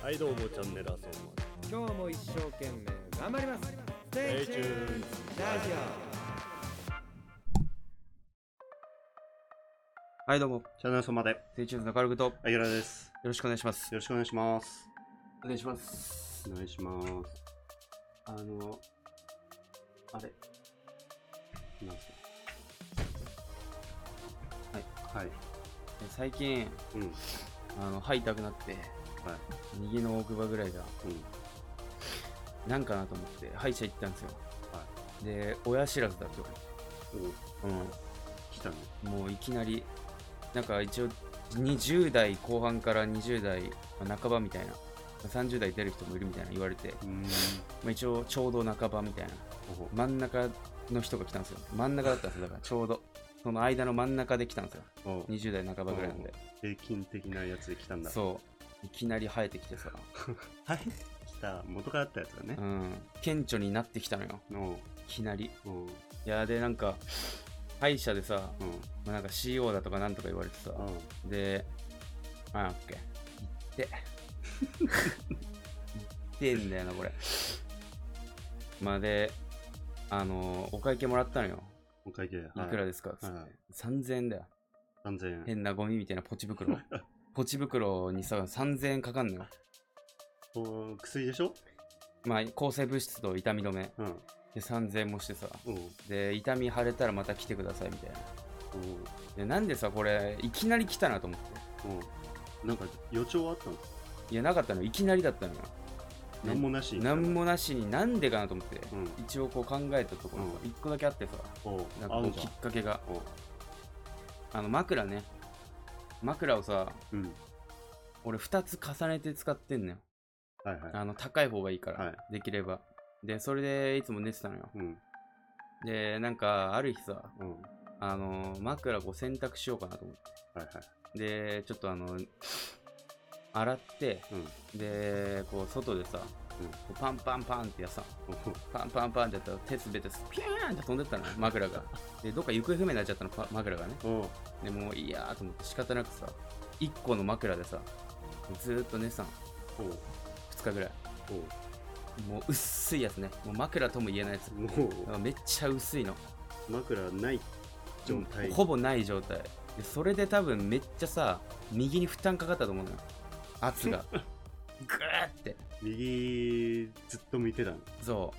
はいどうもチャンネル遊ん今日も一生懸命頑張ります。ステイチューンラジオ。はいどうも、 チャンネル様でステイチューンズのカルグとよあげらです。 ろしくお願いします。 よろしくお願いします。 お願いします。 お願いします。あれなんすか。はい。 最近歯痛くなってはい。 右の奥歯ぐらいがうん。 なんかなと思って歯医者行ったんですよ。 はで、親知らずだってお、 俺。 来たね。 もういきなりなんか一応20代後半から20代半ばみたいな、30代出る人もいるみたいな言われて、一応ちょうど半ばみたいな真ん中の人が来たんですよ。真ん中だったんですよ。だからちょうどその間の真ん中で来たんですよ。20代半ばぐらいなんで平均的なやつで来たんだ。 そういきなり生えてきてさはい。来た元からあったやつだね。 顕著になってきたのよ。いきなり。いやでなんか歯医者でさ、なんか CO だとかなんとか言われてさ、で、オッケー。行ってんだよな、これ。まあで、お会計もらったのよ。 お会計、いくらですかっつって。3000円だよ。 3000円。 変なゴミみたいなポチ袋。ポチ袋にさ、3000円かかんのよ。 薬でしょ？ まあ、抗生物質と痛み止め。で、3000円もしてさ。で、痛み腫れたらまた来てくださいみたいな。で、なんでさ、これ、いきなり来たなと思って。 なんか予兆はあったんですか？ いや、なかったの。いきなりだったのよ。 なんもなしに。 なんもなしに、なんでかなと思って、一応こう考えたところが1個だけあってさ、なんかこうきっかけが。枕ね。枕をさ、俺2つ重ねて使ってんのよ。高い方がいいから、できれば。で、それでいつも寝てたのよ。で、なんか、ある日さ、枕こう洗濯しようかなと思って。で、ちょっと洗って、で、こう外でさ、パンパンパンってやさ、パンパンパンってやったら手滑ってピューンって飛んでったのよ、枕が。で、どっか行方不明になっちゃったの、枕がね。でもういいやーと思って仕方なくさ、1個の枕でさ、ずーっと寝てたの。2日ぐらい。もう薄いやつね。もう枕とも言えないやつ。めっちゃ薄いの。 枕ない状態。 ほぼない状態。でそれで多分めっちゃさ、右に負担かかったと思うのよ。圧が。ぐーって。 右ずっと見てたの。 そう。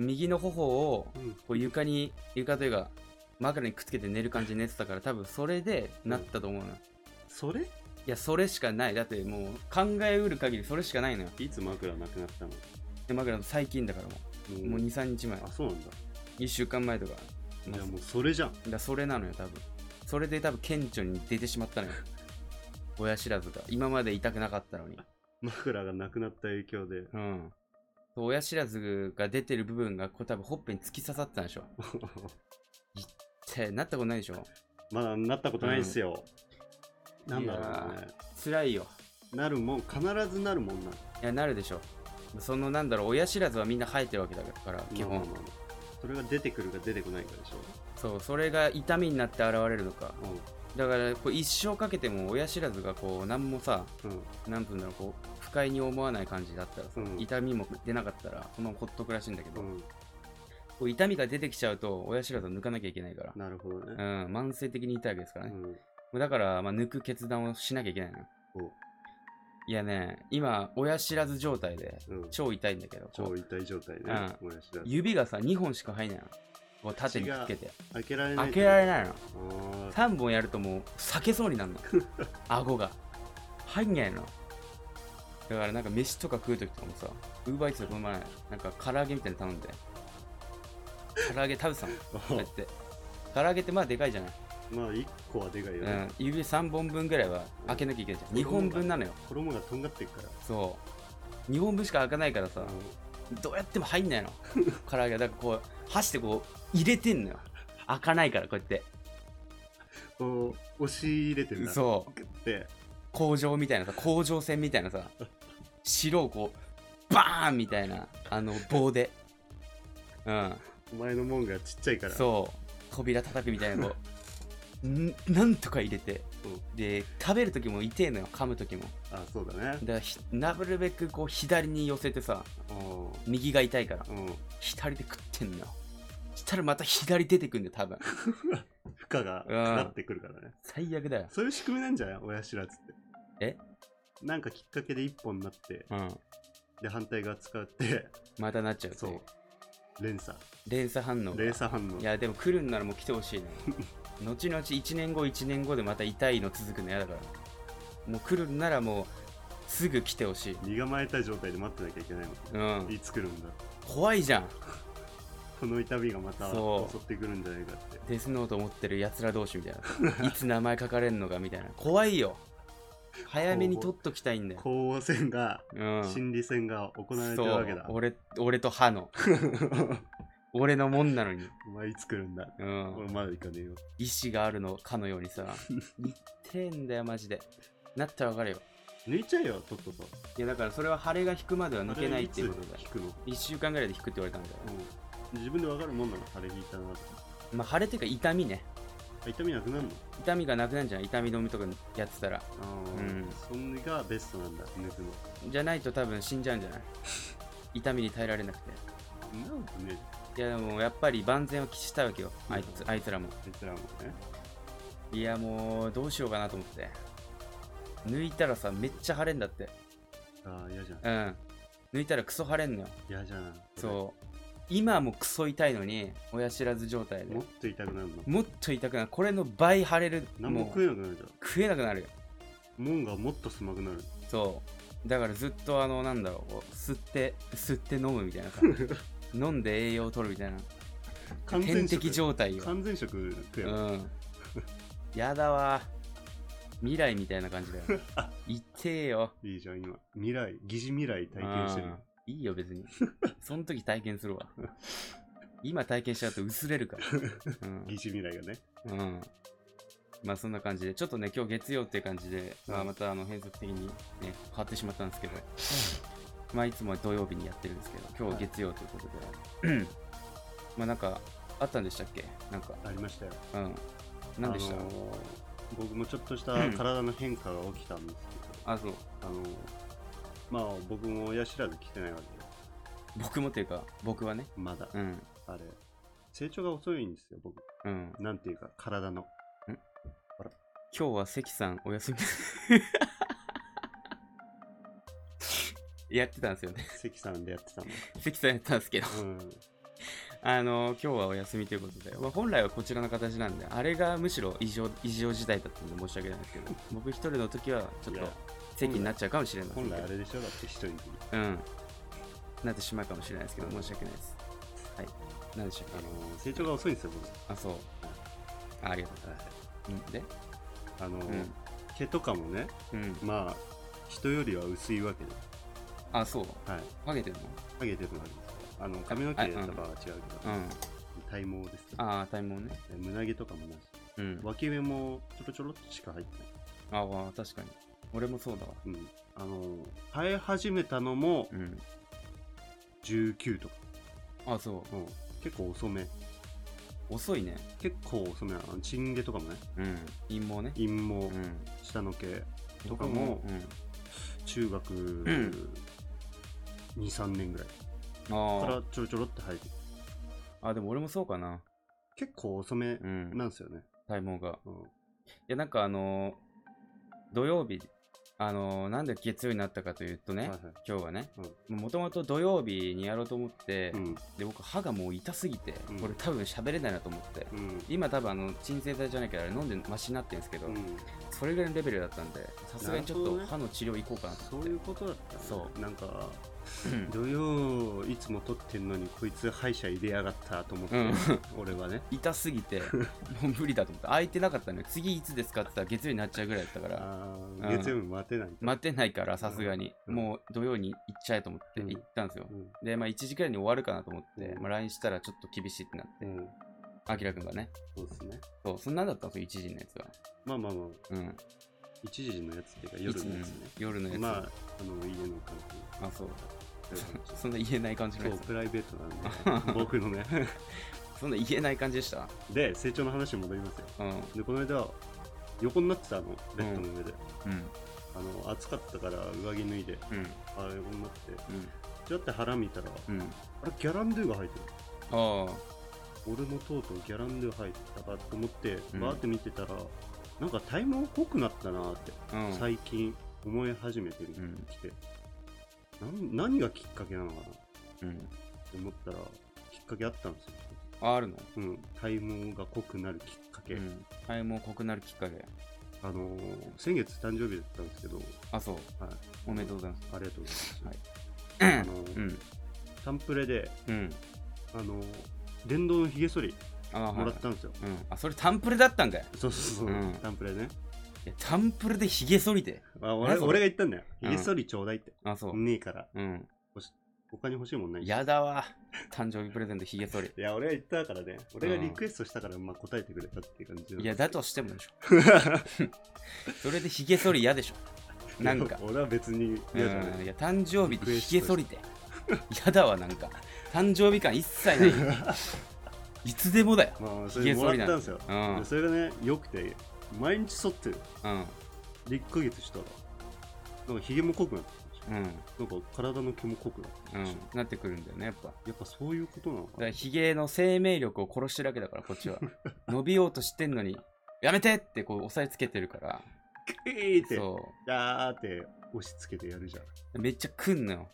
右の頬をこう床というか枕にくっつけて寝る感じで寝てたから、多分それでなったと思うのよ。 それ？ いや、それしかない。だってもう考えうる限りそれしかないのよ。 いつ枕なくなったの？ 枕の最近だからもう2、3日前。 あ、そうなんだ。 1週間前とか。 いやもうそれじゃん。 だそれなのよ多分。それで多分顕著に出てしまったのよ。親知らずが今まで痛くなかったのに。 枕がなくなった影響で。 親知らずが出てる部分がこれ多分ほっぺに突き刺さったんでしょ。いってなったことないでしょ。 まだなったことないっすよ。なんだろうね。 辛いよ。 なるもん、必ずなるもんな。 いや、なるでしょ。そのなんだろう、親知らずはみんな生えてるわけだから基本。 それが出てくるか出てこないかでしょ。 そう、それが痛みになって現れるのか。だからこう一生かけても親知らずがこう何もさ、なんていうんだろう、こう不快に思わない感じだったらさ、痛みも出なかったらそのままほっとくらしいんだけど、こう痛みが出てきちゃうと親知らずを抜かなきゃいけないから。 なるほどね。 慢性的に痛いわけですからね。だからまあ抜く決断をしなきゃいけないのよ。いやね、今親知らず状態で超痛いんだけど、 超痛い状態ね。 指がさ2本しか入んないの。こう縦につけて開けられない。 の。3本やるともう裂けそうになるの。顎が入んないの。だからなんか飯とか食うときとかもさ、ウーバーイーツでこの前なんか唐揚げみたいに頼んで、唐揚げ食べてたの。こうやって唐揚げってまあでかいじゃない。 まあ1個はでかいよね。 指3本分ぐらいは開けなきゃいけないじゃん。2本分なのよ。 衣がとんがってるから。 そう2本分しか開かないからさ、どうやっても入んないの。唐揚げだからこう箸でこう入れてんのよ。開かないからこうやってこう押し入れてるんだ。 そうグッて工場みたいなさ、工場船みたいなさ、白をこうバーンみたいな棒でお前の門がちっちゃいから。 そう扉叩くみたいなこうなんとか入れて、で食べる時も痛えのよ、噛む時も。 あ、そうだね。 だからなるべくこう左に寄せてさ、右が痛いから左で食ってんのよ。したらまた左出てくんだよ多分。 負荷がかかってくるからね。 最悪だよ。 そういう仕組みなんじゃない、親知らずって。 え、 なんかきっかけで一本になって、で反対側使ってまたなっちゃう。 そう、連鎖反応。 いやでも来るんならもう来てほしいね。後々1年後でまた痛いの続くの嫌だから、もう来るんならもうすぐ来てほしい。 身構えた状態で待ってなきゃいけないもん。いつ来るんだ。 怖いじゃん。 この痛みがまた襲ってくるんじゃないかって。 デスノート持ってるやつら同士みたいな。いつ名前書かれんのかみたいな。怖いよ。早めに取っときたいんだよ。 攻防戦が、心理戦が行われてるわけだ。 俺と歯の。俺のもんなのに。 お前いつ来るんだ。俺まだ行かねえよ。 意志があるのかのようにさ。言ってんだよマジで。なったらわかるよ。 抜いちゃえよ、とっとと。 いやだからそれは腫れが引くまでは抜けないっていうことだよ。1週間ぐらいで引くって言われたんだよ。 自分でわかるもんなの、腫れ引いたなとか。 まあ腫れっていうか痛みね。 痛みなくなるの？ 痛みがなくなるんじゃない？痛み止めとかやってたら。 それがベストなんだ、抜くの。 じゃないと多分死んじゃうんじゃない？痛みに耐えられなくて。 なんかね。 いやでもやっぱり万全を期したいわけよ、あいつらも。 ね。 いやもうどうしようかなと思って。抜いたらさ、めっちゃ腫れんだって。 ああ、嫌じゃん。 抜いたらクソ腫れんのよ。 嫌じゃん。 そう。今もクソ痛いのに、親知らず状態で。 もっと痛くなるの？ もっと痛くなる。これの倍腫れる。 何も食えなくなるじゃん。 食えなくなるよ。 もんがもっと狭くなる。 そう。だからずっとなんだろう、吸って飲むみたいなさ。飲んで栄養を取るみたいな。点滴状態よ。 完全食食えよ。 やだわ。未来みたいな感じだよ。痛えよ。 いいじゃん、今。疑似未来体験してるよ。 いいよ、別に。その時体験するわ。今体験しちゃうと薄れるから。 疑似未来がね。 まあそんな感じで、ちょっとね、今日月曜っていう感じで、また変則的にね、変わってしまったんですけど、まあいつも土曜日にやってるんですけど、今日月曜ということで、まあなんか、あったんでしたっけ？なんか。 ありましたよ。 何でした？ 僕もちょっとした体の変化が起きたんですけど、 そう。 まあ僕も親知らず来てないわけで。 僕もっていうか、僕はね。 まだ。あれ、成長が遅いんですよ、僕。なんていうか、体の。 今日は関さんお休み。やってたんですよね。 関さんでやってたの。 関さんやったんですけど。今日はお休みということで、本来はこちらの形なんで、あれがむしろ異常事態だったので申し訳ないですけど、僕一人の時はちょっと席になっちゃうかもしれない。 本来あれでしょ、だって一人に。 なってしまうかもしれないですけど、申し訳ないです。はい。何でしょう？ 成長が遅いんですよ、僕。 そう。ありがとうございます。で毛とかもね、まあ、人よりは薄いわけで。 そう。ハゲてるの？ ハゲてるのあります。髪の毛とかは違うけど、体毛ですね。 体毛ね。 胸毛とかもなし。脇芽もちょろっとしか入ってない。確かに。俺もそうだわ。 生え始めたのも、19とか。 そう。 結構遅め。 遅いね。 結構遅めなの。チン毛とかもね。 陰毛ね。 陰毛、下の毛とかも、中学2、3年ぐらい。からちょろって生えてる。 でも俺もそうかな。 結構遅めなんですよね。 体毛が。いや、なんか土曜日、なんで月曜になったかというとね、今日はね、もともと土曜日にやろうと思って、で、僕歯がもう痛すぎて、これ多分喋れないなと思って、今多分鎮静剤じゃないから飲んでマシになってるんですけど、それぐらいのレベルだったんで、さすがにちょっと歯の治療行こうかなと思って。 そういうことだったね。そう。なんか、土曜いつも撮ってんのにこいつ歯医者入れやがったと思って、俺はね痛すぎてもう無理だと思って空いてなかったのよ。次いつですかって言ったら月曜になっちゃうぐらいだったから、 月曜日待てないからさすがにもう土曜に行っちゃえと思って行ったんですよ。で1時くらいに終わるかなと思って、LINE したらちょっと厳しいってなって、あきらくんがね。 そうですね。 そう、そんなんだったんですよ、1時のやつが。 まあ1時のやつっていうか夜のやつね。 夜のやつ。 まあ家の関係。 そう。そんな言えない感じのやつ。 そう、プライベートなんで僕のね。 そんな言えない感じでした。 で、成長の話に戻りますよ。で、この間、横になってたの、ベッドの上で。暑かったから上着脱いで、横になって、ちょっと腹見たら、あれ、ギャランドゥが入ってる。俺もとうとうギャランドゥ入ったかと思って、バーって見てたら、なんか体毛濃くなったなって、最近思い始めてきて、何がきっかけなのかなって思ったら、きっかけあったんですよ。 あるの？ 体毛が濃くなるきっかけ。 体毛濃くなるきっかけ。 先月誕生日だったんですけど。 そう。はい。おめでとうございます。 ありがとうございます。タンプレで、電動のひげ剃りもらったんですよ。 それタンプレだったんかい。 そうタンプレね。 タンプレでひげ剃りで。 俺が言ったんだよ。ひげ剃りちょうだいって。 そう。 ねえから。他に欲しいもんない。 やだわ。誕生日プレゼントひげ剃り。 いや、俺が言ったからね。俺がリクエストしたから、答えてくれたっていう感じ。 いや、だとしてもでしょ。それでひげ剃り嫌でしょ。なんか。 俺は別に嫌じゃない。 いや、誕生日でひげ剃りで。嫌だわ、なんか。誕生日感一切ない。いつでもだよ。 ひげ剃りなんですよ。それがね、良くて、毎日剃ってる。で、1ヶ月したら、なんかひげも濃くなって。なんか体の毛も濃くなってくるんだよね、やっぱそういうことなのかな。 だからヒゲの生命力を殺してるわけだから、こっちは。伸びようとしてんのに、やめてってこう押さえつけてるから。 そう。ダーって押し付けてやるじゃん。めっちゃくんのよ。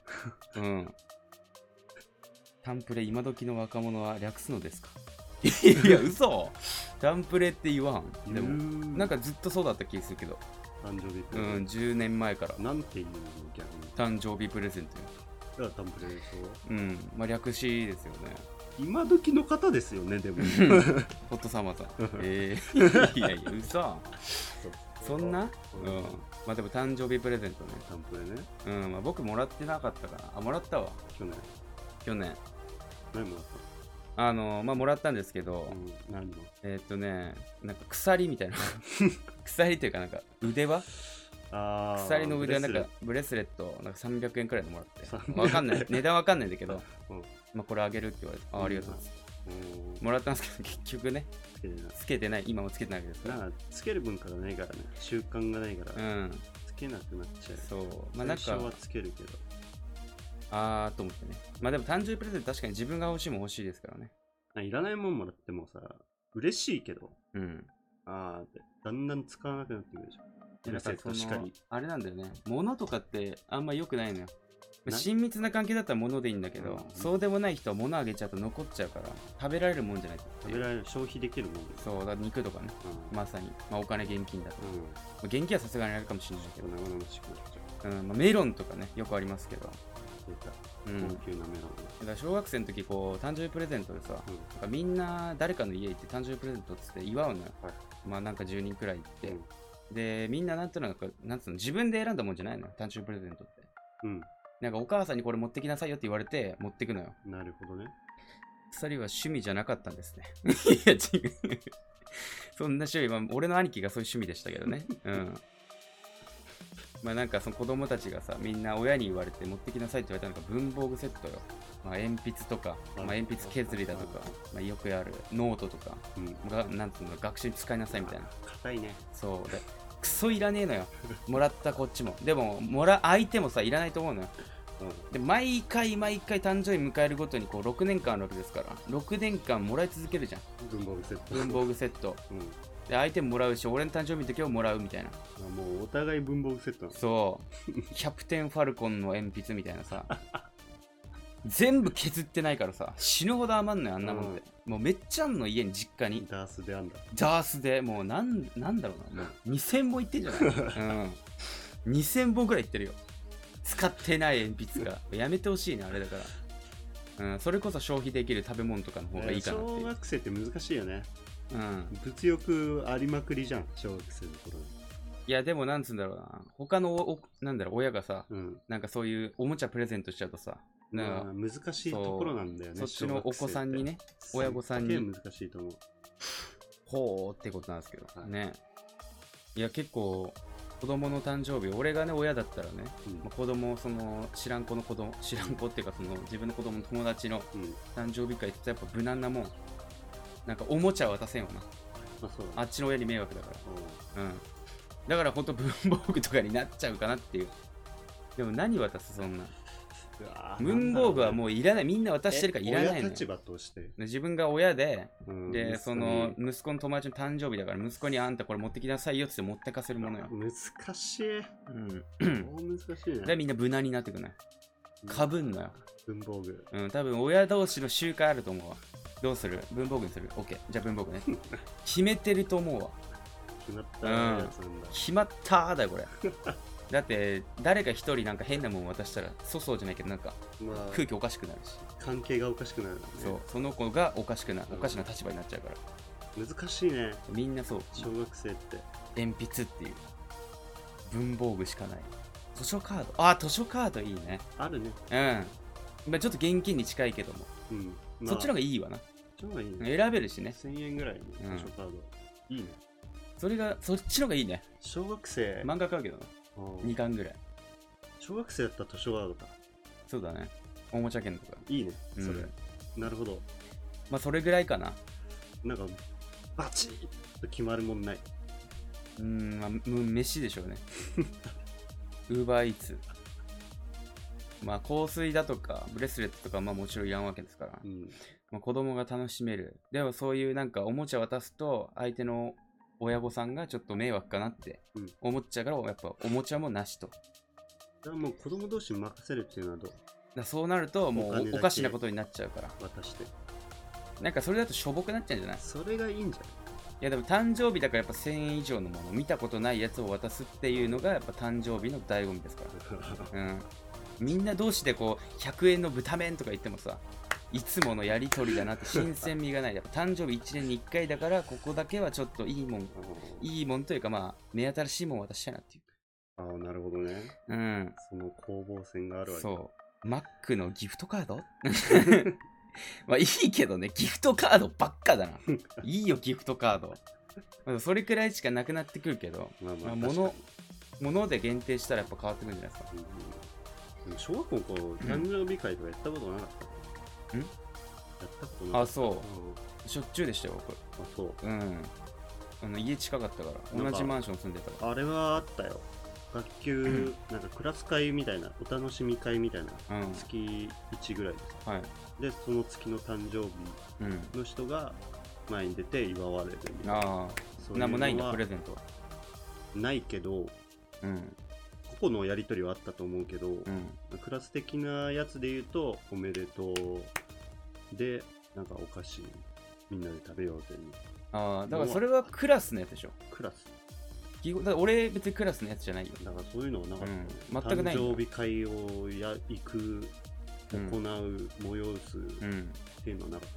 タンプレ、今時の若者は略すのですか？いや、嘘。タンプレって言わん。でも、なんかずっとそうだった気がするけど。 誕生日プレゼント。 10年前から。 なんていうの逆に。誕生日プレゼントよ。だからタンプレでしょ。略しですよね。 今時の方ですよね、でも。 ホットサマーさん。いやいや、嘘。そんな？でも誕生日プレゼントね。 タンプレね。僕もらってなかったから。もらったわ。去年。 何もらったもらったんですけど、 何のなんか鎖みたいな。鎖っていうか、なんか腕輪？鎖の腕輪、なんかブレスレット、なんか300円くらいでもらって。わかんない。値段わかんないんだけど、これあげるって言われて、ありがとうございます。もらったんですけど、結局ね、つけてない。今もつけてないわけですから。 つける文化がないからね。習慣がないから、つけなくなっちゃう。 そう。 最初はつけるけど。 と思ってね。でも誕生日プレゼント確かに自分が欲しいもん欲しいですからね。 いらないもんもらってもさ、嬉しいけど、だんだん使わなくなってくるじゃん。 あれなんだよね。物とかってあんま良くないのよ。親密な関係だったら物でいいんだけど、そうでもない人は物あげちゃうと残っちゃうから、食べられるもんじゃない。 食べられる、消費できるもん。 そう、だ肉とかね。まさに。お金、現金だと。現金はさすがにあるかもしれないけど。メロンとかね、よくありますけど。 高級なメロン。 だから小学生の時誕生日プレゼントでさ、みんな誰かの家行って誕生日プレゼントっつって祝うのよ。なんか10人くらい行って、でみんななんつうの自分で選んだもんじゃないのよ、誕生日プレゼントって。なんかお母さんにこれ持ってきなさいよって言われて持ってくのよ。 なるほどね。 2人は趣味じゃなかったんですね。いや違う。そんな趣味、俺の兄貴がそういう趣味でしたけどね。なんかその子供たちがさ、みんな親に言われて持ってきなさいって言われたのが文房具セットよ。鉛筆とか、鉛筆削りだとか、よくあるノートとか、なんつうの、学習に使いなさいみたいな。 硬いね。 そうで、クソいらねえのよ。もらったこっちも。でも相手もさ、いらないと思うのよ。で毎回誕生日迎えるごとにこう6年間あるわけですから、6年間もらい続けるじゃん。 文房具セット。 文房具セット。で相手ももらうし、俺の誕生日の時はもらうみたいな。 もうお互い文房具セットなの。 そう。キャプテンファルコンの鉛筆みたいなさ。全部削ってないからさ、死ぬほど余んのよ、あんなもんで。もうめっちゃあんの、家に実家に。 ダースであんだ。 ダースで、もうなんだろうな、もう2000本いってんじゃない2000本ぐらいいってるよ。使ってない鉛筆が。やめてほしいね、あれだから。それこそ消費できる食べ物とかの方がいいかなって。 小学生って難しいよね。物欲ありまくりじゃん、小学生の頃。 いやでもなんつうんだろうな、他の親がさ、なんかそういうおもちゃプレゼントしちゃうとさ、 難しいところなんだよね。 そっちのお子さんにね、親御さんに難しいと思う。 ほーってことなんですけどね。いや結構子供の誕生日、俺がね親だったらね、子供、その知らん子っていうか、その自分の子供の友達の誕生日会ってやっぱ無難なもんなんかおもちゃ渡せんよな。あっちの親に迷惑だから。だからほんと文房具とかになっちゃうかなっていう。でも何渡す、そんな。文房具はもういらない。みんな渡してるからいらないのよ。 立場として自分が親で、で、その息子の友達の誕生日だから、息子にあんたこれ持ってきなさいよって持ってかせるものよ。 難しい。難しいね。 で、みんな無難になってくない。かぶんのよ。 文房具。 多分親同士の集会あると思うわ。どうする？文房具にする？ OK。じゃあ文房具ね。決めてると思うわ。 決まったやつなんだ。 決まったーだよ、これ。だって、誰か一人なんか変なもん渡したら、そうじゃないけど、なんか空気おかしくなるし。 関係がおかしくなるね。 そう、その子がおかしな立場になっちゃうから。 難しいね。 みんなそう。 小学生って。 鉛筆っていう。文房具しかない。図書カード。図書カードいいね。 あるね。 まあちょっと現金に近いけども。そっちの方がいいわな。 そっちの方がいいね。選べるしね。 1000円ぐらいの図書カード。いいね。 そっちの方がいいね。 小学生。 漫画買うけどな。2巻ぐらい。 小学生だったら図書カードか。 そうだね。おもちゃ券とか。 いいね、それ。なるほど。 まあそれぐらいかな。 なんか、バチッと決まるもんない。 まあ、飯でしょうね。ウーバーイーツ。まあ香水だとか、ブレスレットとかまあもちろんいらんわけですから。まあ、子供が楽しめる。でもそういうなんかおもちゃ渡すと、相手の親御さんがちょっと迷惑かなって思っちゃうから、やっぱおもちゃもなしと。 だからもう子供同士に任せるっていうのはどう？ だそうなるともうおかしなことになっちゃうから。 渡して。 なんかそれだとしょぼくなっちゃうんじゃない？ それがいいんじゃない？ いやでも誕生日だからやっぱ1000円以上のもの、見たことないやつを渡すっていうのがやっぱ誕生日の醍醐味ですから。みんな同士でこう100円の豚麺とか言ってもさ、いつものやりとりだなって新鮮味がない。やっぱ誕生日1年に1回だから、ここだけはちょっといいもんというか、まあ目新しいもん渡したいなっていう。 なるほどね。その攻防戦があるわけ。 そう。マックのギフトカードまあいいけどね、ギフトカードばっかだな。いいよ、ギフトカード。それくらいしかなくなってくるけど、物で限定したらやっぱ変わってくるんじゃないですか。 小学校の誕生日会とかやったことなかった？やったことなかった。 そう。しょっちゅうでしたよ、僕。家近かったから、同じマンション住んでたから。 あれはあったよ。学級、なんかクラス会みたいな、お楽しみ会みたいな、月1ぐらいです。で、その月の誕生日の人が前に出て祝われるみたいな。 なんもないんだ、プレゼントは。 ないけど、個々のやり取りはあったと思うけど、クラス的なやつで言うと、おめでとうで、なんかお菓子みんなで食べようぜみたいな。 だからそれはクラスのやつでしょ。 クラス。 だから俺別にクラスのやつじゃないよ。 だからそういうのはなかった、 全くない。 誕生日会を行く、行う、催すっていうのはなかった。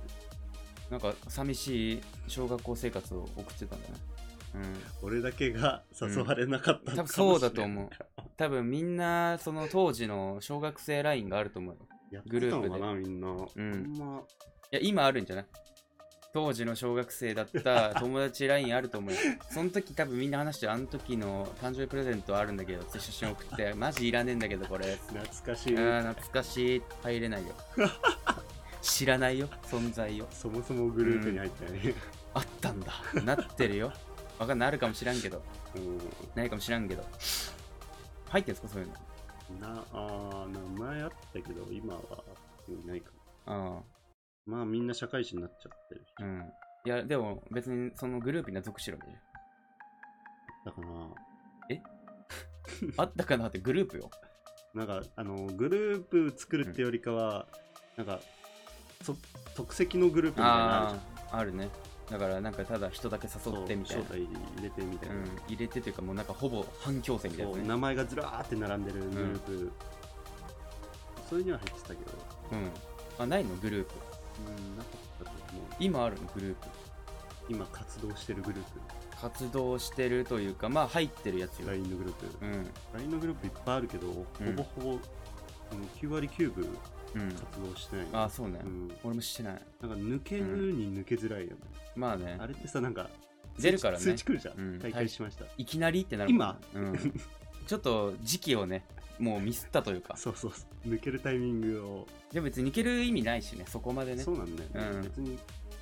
なんか寂しい小学校生活を送ってたんだね。 俺だけが誘われなかった多分そうだと思う。多分みんなその当時の小学生ラインがあると思うよ。グループで。 みんな。 いや今あるんじゃない？当時の小学生だった友達ラインあると思うよ。その時多分みんな話して、あの時の誕生日プレゼントあるんだけどって写真送って、マジいらねえんだけどこれ。 懐かしい。 懐かしい。入れないよ。知らないよ、存在を。 そもそもグループに入ったよね。 あったんだ。なってるよ。わかんない、あるかもしらんけど。ないかもしらんけど。入ってんすか、そういうの。前あったけど、今はいないかな。 まあみんな社会人になっちゃってるし。 いや、でも別にそのグループには属しろでしょ。 だからあったかなってグループよ。 なんか、グループ作るってよりかは、なんか、即席のグループみたいなのあるじゃん。あるね。だからなんかただ人だけ誘ってみたいな。 招待入れてみたいな。 入れてというかもうなんかほぼ反強制みたいな、 名前がずらーって並んでるグループ。それには入ってたけど。 ないのグループ。 なかったと思う。 今あるのグループ。 今活動してるグループ。 活動してるというか、まあ入ってるやつよ。 LINE のグループ。LINE のグループいっぱいあるけど、ほぼほぼ9割9分活動してない。 そうね。俺もしてない。 なんか抜けるに抜けづらいよね。 まあね。 あれってさ、なんか出るからね。 通知来るじゃん。大会しました。 いきなりってなる。 今ちょっと時期をね、もうミスったというか。 そう。抜けるタイミングを。 でも別に抜ける意味ないしね、そこまでね。 そうなんだよ。別に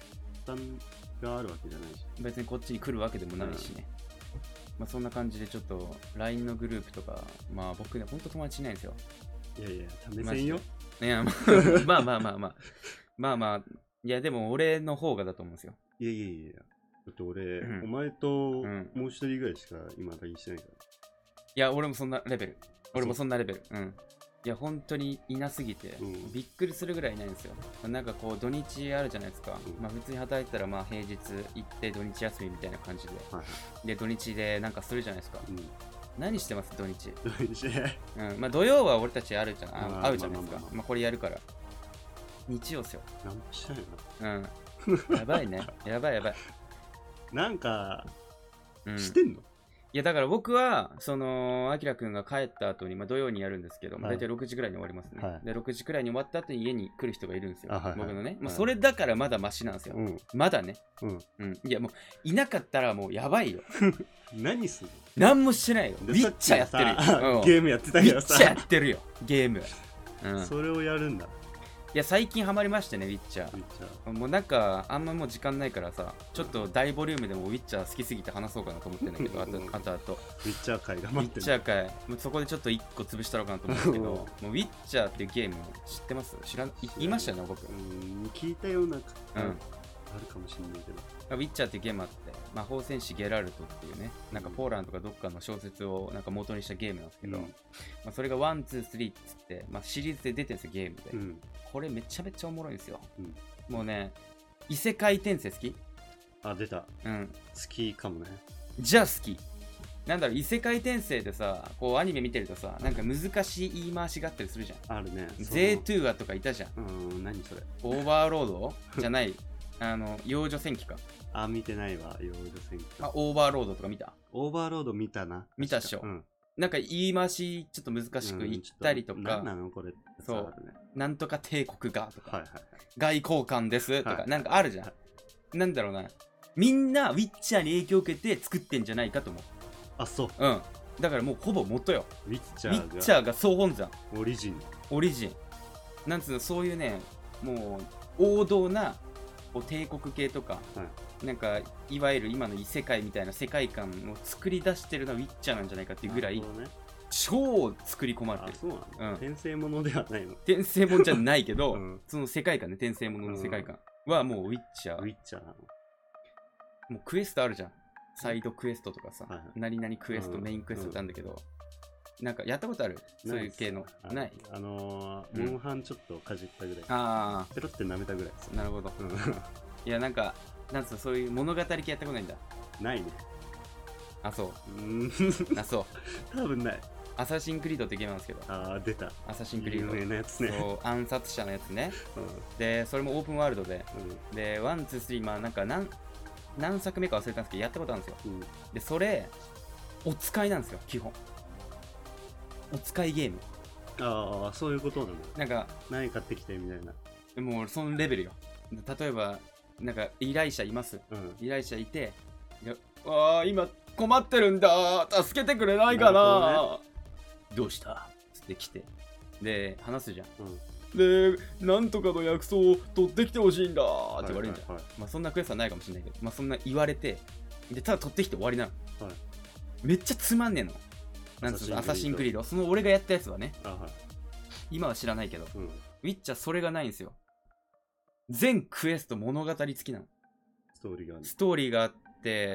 端があるわけじゃないし、 別にこっちに来るわけでもないしね、まあそんな感じでちょっと LINE のグループとか、まあ僕ねほんと友達いないんですよ。 いやいや試せんよ。 いやまあまあいやでも俺の方がだと思うんですよ。 いやだって俺、お前ともう一人ぐらいしか今 LINE してないから。 いや俺もそんなレベル。いや本当にいなすぎて、びっくりするぐらいいないんですよ。なんかこう土日あるじゃないですか、まあ普通に働いてたらまあ平日行って土日休みみたいな感じで、で土日でなんかするじゃないですか、何してます土日。まあ土曜は俺たち会うじゃないですか、まあこれやるから日曜っすよ。 なんもしないな。 やばいね。やばいなんかしてんの。 いやだから僕はそのあきらくんが帰った後に、まあ、土曜にやるんですけど、大体6時ぐらいに終わりますね、で6時くらいに終わった後に家に来る人がいるんですよ、僕のね、それだからまだマシなんですよ、まだね、いやもういなかったらもうやばいよ。 何するの。 何もしてないよ。ウィッチャーやってるよ。 ゲームやってたけどさ、 ウィッチャーやってるよゲーム、 それをやるんだ。 いや最近ハマりましてね、ウィッチャー。もうなんかあんまもう時間ないからさ、ちょっと大ボリュームでもウィッチャー好きすぎて話そうかなと思ってんだけど、あとウィッチャー会が待ってる。 ウィッチャー会、もうそこでちょっと1個潰したろうかなと思うんですけど、もうウィッチャーっていうゲーム知ってます？言いましたよね僕。 聞いたようなあるかもしれないけど。 ウィッチャーっていうゲームあって、魔法戦士ゲラルトっていうね、なんかポーランドとかどっかの小説をなんか元にしたゲームなんですけど、まあそれが1、2、3っつって、まあ、シリーズで出てるんですよゲームで、これめちゃめちゃおもろいんですよ、もうね、異世界転生好き？ あ、出た。好きかもね。 じゃあ好き。なんだろう、異世界転生でさ、こうアニメ見てるとさ、なんか難しい言い回しがあったりするじゃん。 あるね。 ゼートゥーアとかいたじゃん。 何それ。 オーバーロードじゃない。幼女戦記か。 あ、見てないわ、幼女戦記。 あ、オーバーロードとか見た？ オーバーロード見たな。 見たっしょ。なんか言い回しちょっと難しく言ったりとか。 何なのこれ。 そう。なんとか帝国がとか。外交官ですとか。なんかあるじゃん。なんだろうな。みんなウィッチャーに影響を受けて作ってんじゃないかと思う。 あ、そう。 だからもうほぼ元よ。 ウィッチャーが総本山。 オリジン。 なんつうの、そういうね、もう王道な帝国系とか、なんかいわゆる今の異世界みたいな世界観を作り出してるのはウィッチャーなんじゃないかっていうぐらい、超作り込まれてる。 そうなの。転生ものではないの。 転生ものじゃないけど、その世界観ね、転生ものの世界観はもうウィッチャー。 ウィッチャーなの。 もうクエストあるじゃん。サイドクエストとかさ、何々クエスト、メインクエストってあるんだけど、なんかやったことある？そういう系の。ない？ モンハンちょっとかじったぐらい。ペロって舐めたぐらいです。 なるほど。いや、なんか、なんつうの、そういう物語系やったことないんだ。 ないね。 あ、そう。あ、そう。 多分ない。 アサシンクリードってゲームなんですけど。 あ、出た。 アサシンクリード。 有名なやつね。 そう、暗殺者のやつね。で、それもオープンワールドで。で、1、2、3、まあなんか何作目か忘れたんですけど、やったことあるんですよ。で、それ、お使いなんですよ、基本。お使いゲーム。 ああ、そういうことなんだ。 なんか、 何買ってきてみたいな。 もうそのレベルよ。例えば、なんか依頼者います。依頼者いて、今困ってるんだ、助けてくれないかな。どうしたつって来て、で、話すじゃん。で、なんとかの薬草を取ってきてほしいんだって言われるじゃん。まあそんなクエストはないかもしれないけど、まあそんな言われて、で、ただ取ってきて終わりなの。めっちゃつまんねえの。なんつうの、アサシンクリード。その俺がやったやつはね。今は知らないけど、ウィッチャーそれがないんですよ。全クエスト物語付きなの。ストーリーがあって、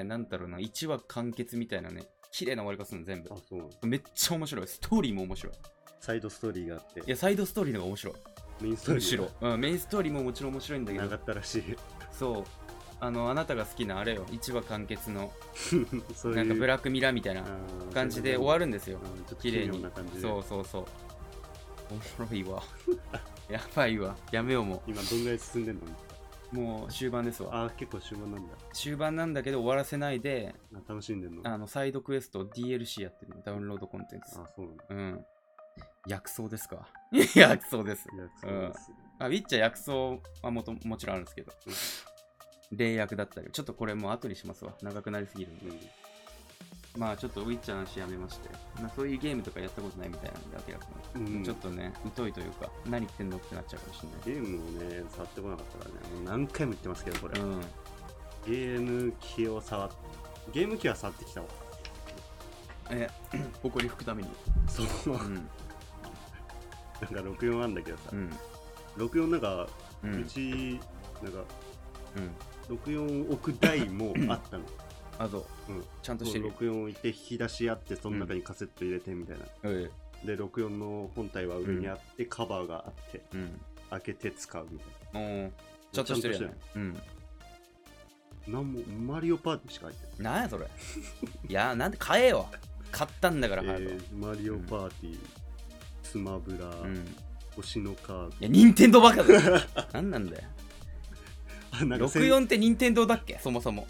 なんだろうな、1話完結みたいなね、綺麗な終わり方するの全部。めっちゃ面白い。ストーリーも面白い。 サイドストーリーがあって。 いや、サイドストーリーの方が面白い。 メインストーリー。 むしろ。メインストーリーももちろん面白いんだけど。 なかったらしい。 そう。あなたが好きなあれよ、1話完結のなんかブラックミラーみたいな感じで終わるんですよ。綺麗に。そうそうそう。おもろいわ。やばいわ。やめようもう。 今どんぐらい進んでんの？ もう終盤ですわ。 あ、結構終盤なんだ。 終盤なんだけど終わらせないで、 楽しんでんの？ サイドクエスト DLC やってる、ダウンロードコンテンツ。 あ、そうなんだ。 薬草ですか？薬草です。 薬草です。 ウィッチャー薬草はもちろんあるんですけど。霊薬だったり、ちょっとこれもう後にしますわ。長くなりすぎるんで。 まあちょっとウィッチャーの話やめまして、まあ、そういうゲームとかやったことないみたいなんで、明らかに、ちょっとね、疎いというか、何言ってんのってなっちゃうかもしれない。 ゲームをね、触ってこなかったからね、もう何回も言ってますけど、これ。ゲーム機をゲーム機は触ってきたわ。 誇り吹くために。 そう。なんか64あんだけどさ、64なんか、うち、なんか、64億台もあったの。 あ、そう。ちゃんとしてる。 64置いて引き出しあって、その中にカセット入れてみたいな。で、64の本体は上にあって、カバーがあって、開けて使うみたいな。 ちゃんとしてるよね。 なんも、マリオパーティーしか入ってない。なんやそれ。いや、なんで買えよ。買ったんだから、 マリオパーティー、スマブラ、星のカード。 いや、任天堂バカだよ。なんなんだよ。64って任天堂だっけ、そもそも。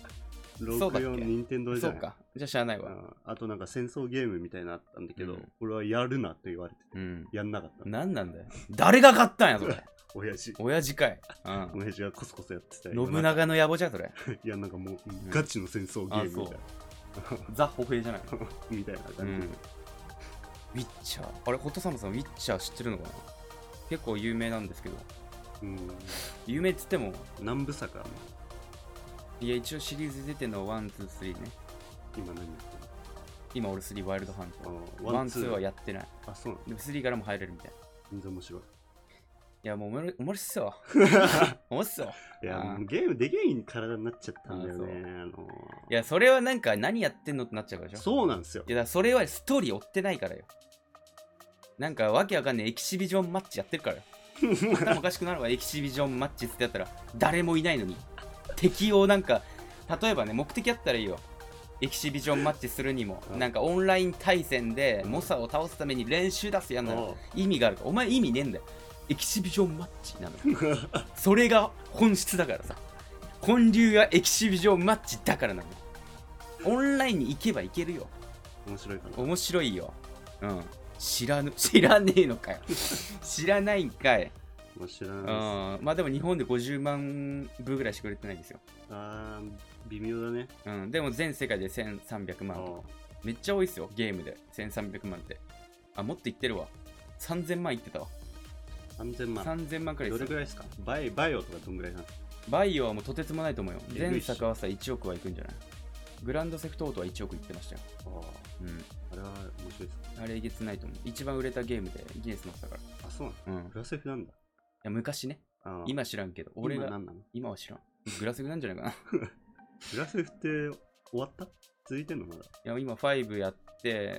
64任天堂じゃない。 そうか。じゃあ知らないわ。 あとなんか戦争ゲームみたいなのあったんだけど、俺はやるなと言われてて、やんなかった。 なんなんだよ。誰が買ったんや、それ。 親父。 親父かい。 親父がコソコソやってた。 信長の野望じゃん、それ。 いや、なんかもう、ガチの戦争ゲームみたいな。 ザ・歩兵じゃないみたいな感じ。 ウィッチャー。あれ、ホットサムさん、ウィッチャー知ってるのかな。結構有名なんですけど。有名っつっても。 何部作あんの？ いや、一応シリーズ出てるのは1、2、3ね。 今何やってるの？ 今俺3ワイルドハント。1、2はやってない。 あ、そうなの？ でも3からも入れるみたいな。 全然面白い。 いや、もうおもろっすよ。おもろっすよ。 いや、ゲームできない体になっちゃったんだよね。 いや、それはなんか何やってんのってなっちゃうからでしょ。 そうなんですよ。 いや、それはストーリー追ってないからよ。なんかわけわかんないエキシビジョンマッチやってるからよ。頭おかしくなるわ、エキシビジョンマッチってやったら誰もいないのに。敵をなんか、例えばね、目的あったらいいよ。エキシビジョンマッチするにも、なんかオンライン対戦でモサを倒すために練習出すやんなら意味があるから。お前意味ねえんだよ。エキシビジョンマッチなの。それが本質だからさ。本流がエキシビジョンマッチだからなの。オンラインに行けば行けるよ。 面白いかな。 面白いよ。知らねえのかよ。知らないんかい。 知らないです。 まあでも日本で50万部ぐらいしか売れてないんですよ。 微妙だね。 でも全世界で1300万とか。めっちゃ多いっすよ、ゲームで。1300万って。もっといってるわ。3000万いってたわ。3000万くらい。 どれくらいですか？バイオとかどんぐらいなんですか？ バイオはもうとてつもないと思うよ。前作はさ、1億はいくんじゃない？グランドセフトオートは1億いってましたよ。 あれは面白いですか？ あれえげつないと思う。一番売れたゲームでギネス乗ったから。 あ、そうなの？グラセフなんだ。いや、昔ね。今知らんけど。俺が今は知らん。グラセフなんじゃないかな。 グラセフって終わった？続いてんのまだ？いや、今5やって、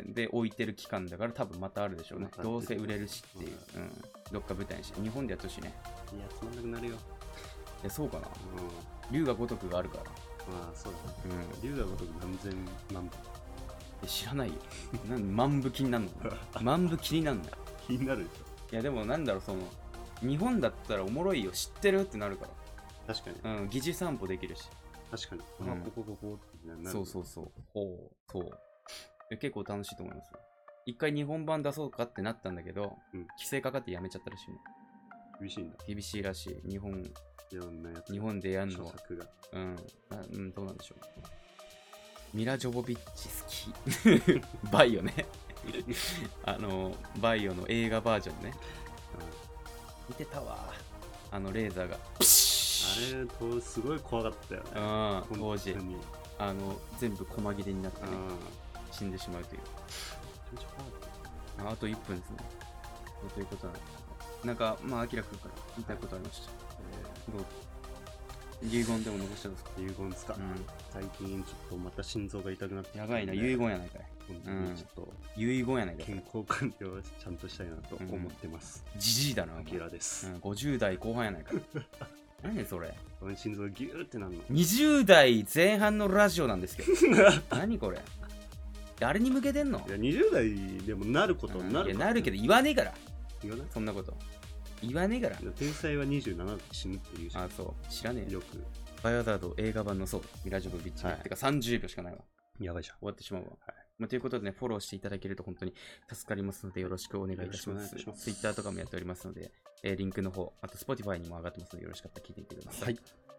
で、置いてる期間だから多分またあるでしょうね。どうせ売れるしっていう。どっか舞台にして。日本でやってほしいね。 いや、つまんなくなるよ。いや、そうかな。龍が如くがあるから。 そうだね。龍が如く何千万部。 知らないよ。万部気になるの？万部気になるんだよ。 気になるでしょ。いや、でもなんだろう、日本だったらおもろいよ。知ってるってなるから。 確かに。 疑似散歩できるし。 確かに。ここってなる。 そう。そう。結構楽しいと思いますよ。一回日本版出そうかってなったんだけど、規制かかってやめちゃったらしいの。 厳しいんだ。 厳しいらしい。日本でやんのは。どうなんでしょう。ミラ・ジョボビッチ好き。バイオね。バイオの映画バージョンね。見てたわ。レーザーが。 あれ、すごい怖かったよね。 当時。全部細切れになってね、死んでしまうという。あと1分ですね。ということなんですけど。なんか、まあ、アキラ君から言いたいことありました。遺言でも残したんですか？ 遺言ですか？最近ちょっとまた心臓が痛くなって。 やばいな、遺言やないかい。 ちょっと遺言やないかい。 健康管理をちゃんとしたいなと思ってます。 じじいだな。 アキラです。 50代後半やないか。何それ？ 心臓ギューってなんの。 20代前半のラジオなんですけど。何これ？誰に向けてんの？ いや、20代でもなることになる。 いや、なるけど言わねえから。 言わない？ そんなこと。言わねえから。 天才は27で死ぬっていうし。 そう。知らねえよく。 バイオハザード映画版のミラ・ジョボビッチ。てか30秒しかないわ。 やばいじゃん。 終わってしまうわ。ということでね、フォローしていただけると本当に助かりますのでよろしくお願いいたします。Twitter とかもやっておりますので、リンクの方、あと Spotify にも上がってますのでよろしかったら聞いてみてください。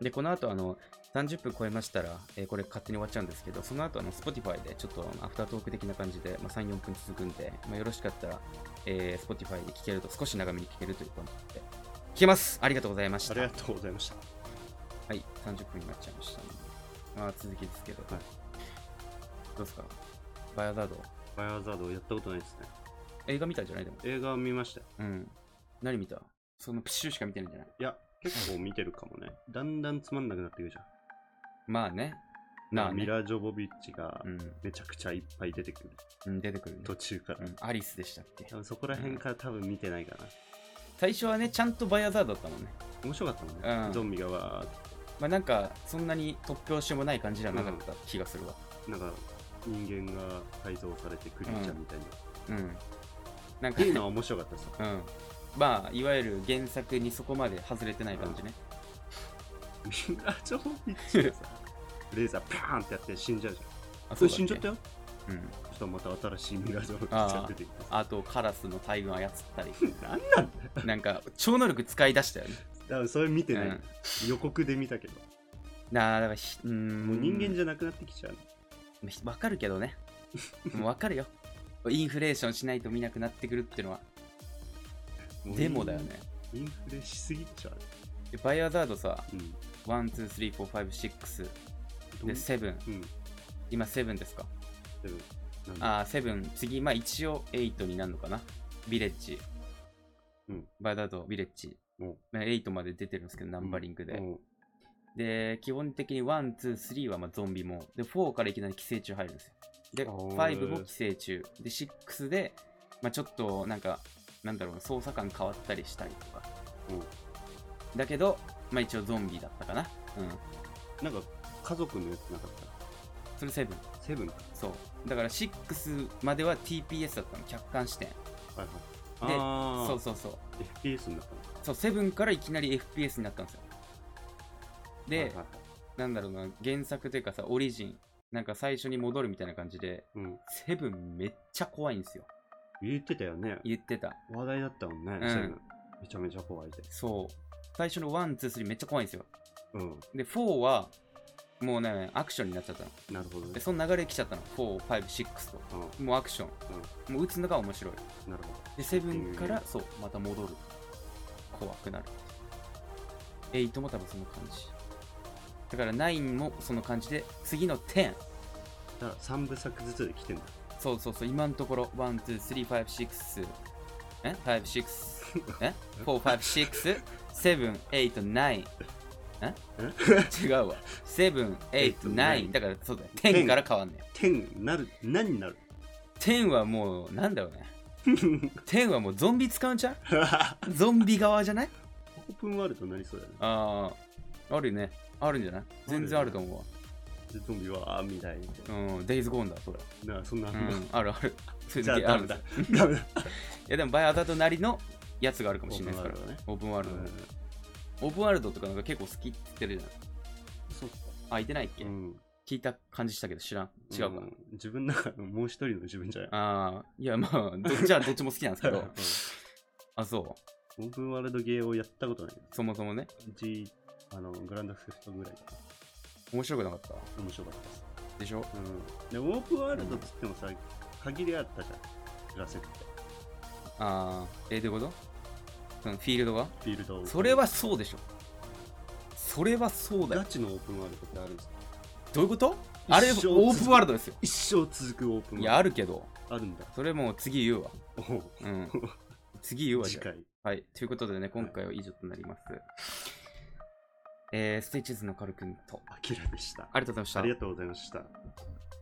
で、この後30分超えましたら、これ勝手に終わっちゃうんですけど、その後Spotify でちょっとアフタートーク的な感じで、3、4分続くんで、よろしかったら、Spotify で聞けると少し長めに聞けるという感じで、聞けます。ありがとうございました。 ありがとうございました。 はい、30分になっちゃいましたね。続きですけど、はい、どうですか？バイオザード。 バイオザードやったことないですね。 映画見たんじゃない？でも映画見ましたよ。 うん。何見た？そのプッシュしか見てないんじゃない？ いや、結構見てるかもね。だんだんつまんなくなってくるじゃん。 まあね。 ミラ・ジョボビッチがめちゃくちゃいっぱい出てくる。 うん、出てくるね。 途中から。 アリスでしたっけ？ そこら辺から多分見てないかな。 最初はね、ちゃんとバイオザードだったもんね。 面白かったもんね。ゾンビがわーって。 まあなんか、そんなに突拍子もない感じじゃなかった気がするわ。 なんか、人間が改造されてクリーチャーみたいな。 なんか。っていうのは面白かったですよ。 まあ、いわゆる原作にそこまで外れてない感じね。 ミラ・ジョボビッチがさ、レーザーパーンってやって死んじゃうじゃん。それ死んじゃったよ。そしたらまた新しいミラ・ジョボビッチが出てきて。 あと、カラスの大群操ったり。 なんなんだよ。 なんか、超能力使い出したよね。 だからそれ見てない。予告で見たけど。 だからもう人間じゃなくなってきちゃう。 わかるけどね。もうわかるよ。インフレーションしないと見なくなってくるっていうのは。でもだよね。 インフレしすぎでしょ、あれ。バイオザードさ、1、2、3、4、5、6で7。今7ですか？ 7。次、まあ一応8になるのかな。ビレッジ。バイオザード、ビレッジ。8まで出てるんですけど、ナンバリングで。で、基本的に1、2、3はまあゾンビも。で、4からいきなり寄生虫入るんですよ。で、5も寄生虫。で、6で、まあちょっとなんか、なんだろう、操作感変わったりしたりとか。だけど、まあ一応ゾンビだったかな。 なんか、家族のやつなかった？ それ7。 7？ そう。だから6までは TPS だったの、客観視点。 はいはい。 で、そう。 FPS になったの？そう、7からいきなり FPS になったんですよ。で、なんだろうな、原作というかさ、オリジン、なんか最初に戻るみたいな感じで、7めっちゃ怖いんですよ。 言ってたよね。 言ってた。 話題だったもんね、7。めちゃめちゃ怖いで。 そう。最初の1、2、3めっちゃ怖いんですよ。で、4は、もうね、アクションになっちゃったの。 なるほどね。 で、その流れ来ちゃったの。4、5、6と。もうアクション。もう撃つのが面白い。 なるほど。 で、7から、そう、また戻る。怖くなる。8も多分その感じ。だから9もその感じで、次の10。 だから3部作ずつで来てんだ。 そう、今のところ、1、2、3、5、6、5、6、4、5、6、7、8、9。違うわ。7、8、9。だからそうだよ。10から変わんねえ。10なる、何になる？ 10 はもう、なんだろうね。10はもうゾンビ使うんちゃう？ゾンビ側じゃない？ オープンワールドになりそうだよね。 あるね。あるんじゃない？全然あると思うわ。 ゾンビはみたいな。デイズゴーンだ、それ。 そんなある。 じゃあダメだ。いやでもバイオハザードなりのやつがあるかもしれないですからね。オープンワールドね。オープンワールドとかなんか結構好きって言ってるじゃん。 そうか。 言ってないっけ？聞いた感じしたけど知らん。違うか。 自分の中のもう一人の自分じゃない。 いやまあ、じゃあどっちも好きなんですけど。そう。 オープンワールドゲーをやったことない。 そもそもね。 グランドセフトぐらい。 面白くなかった？ 面白かったです。 でしょ？ でオープンワールドっつってもさ、限りあったじゃん。グラセフって。 どういうこと？フィールドが？ フィールド。 それはそうでしょ。それはそうだよ。 ガチのオープンワールドってあるんですか？ どういうこと？あれオープンワールドですよ。 一生続くオープンワールド。 いや、あるけど。 あるんだ。 それもう次言うわ。次言うわ。 次回。 はい。ということでね、今回は以上となります。ステイチーズのカル君とアキラでした。 ありがとうございました。 ありがとうございました。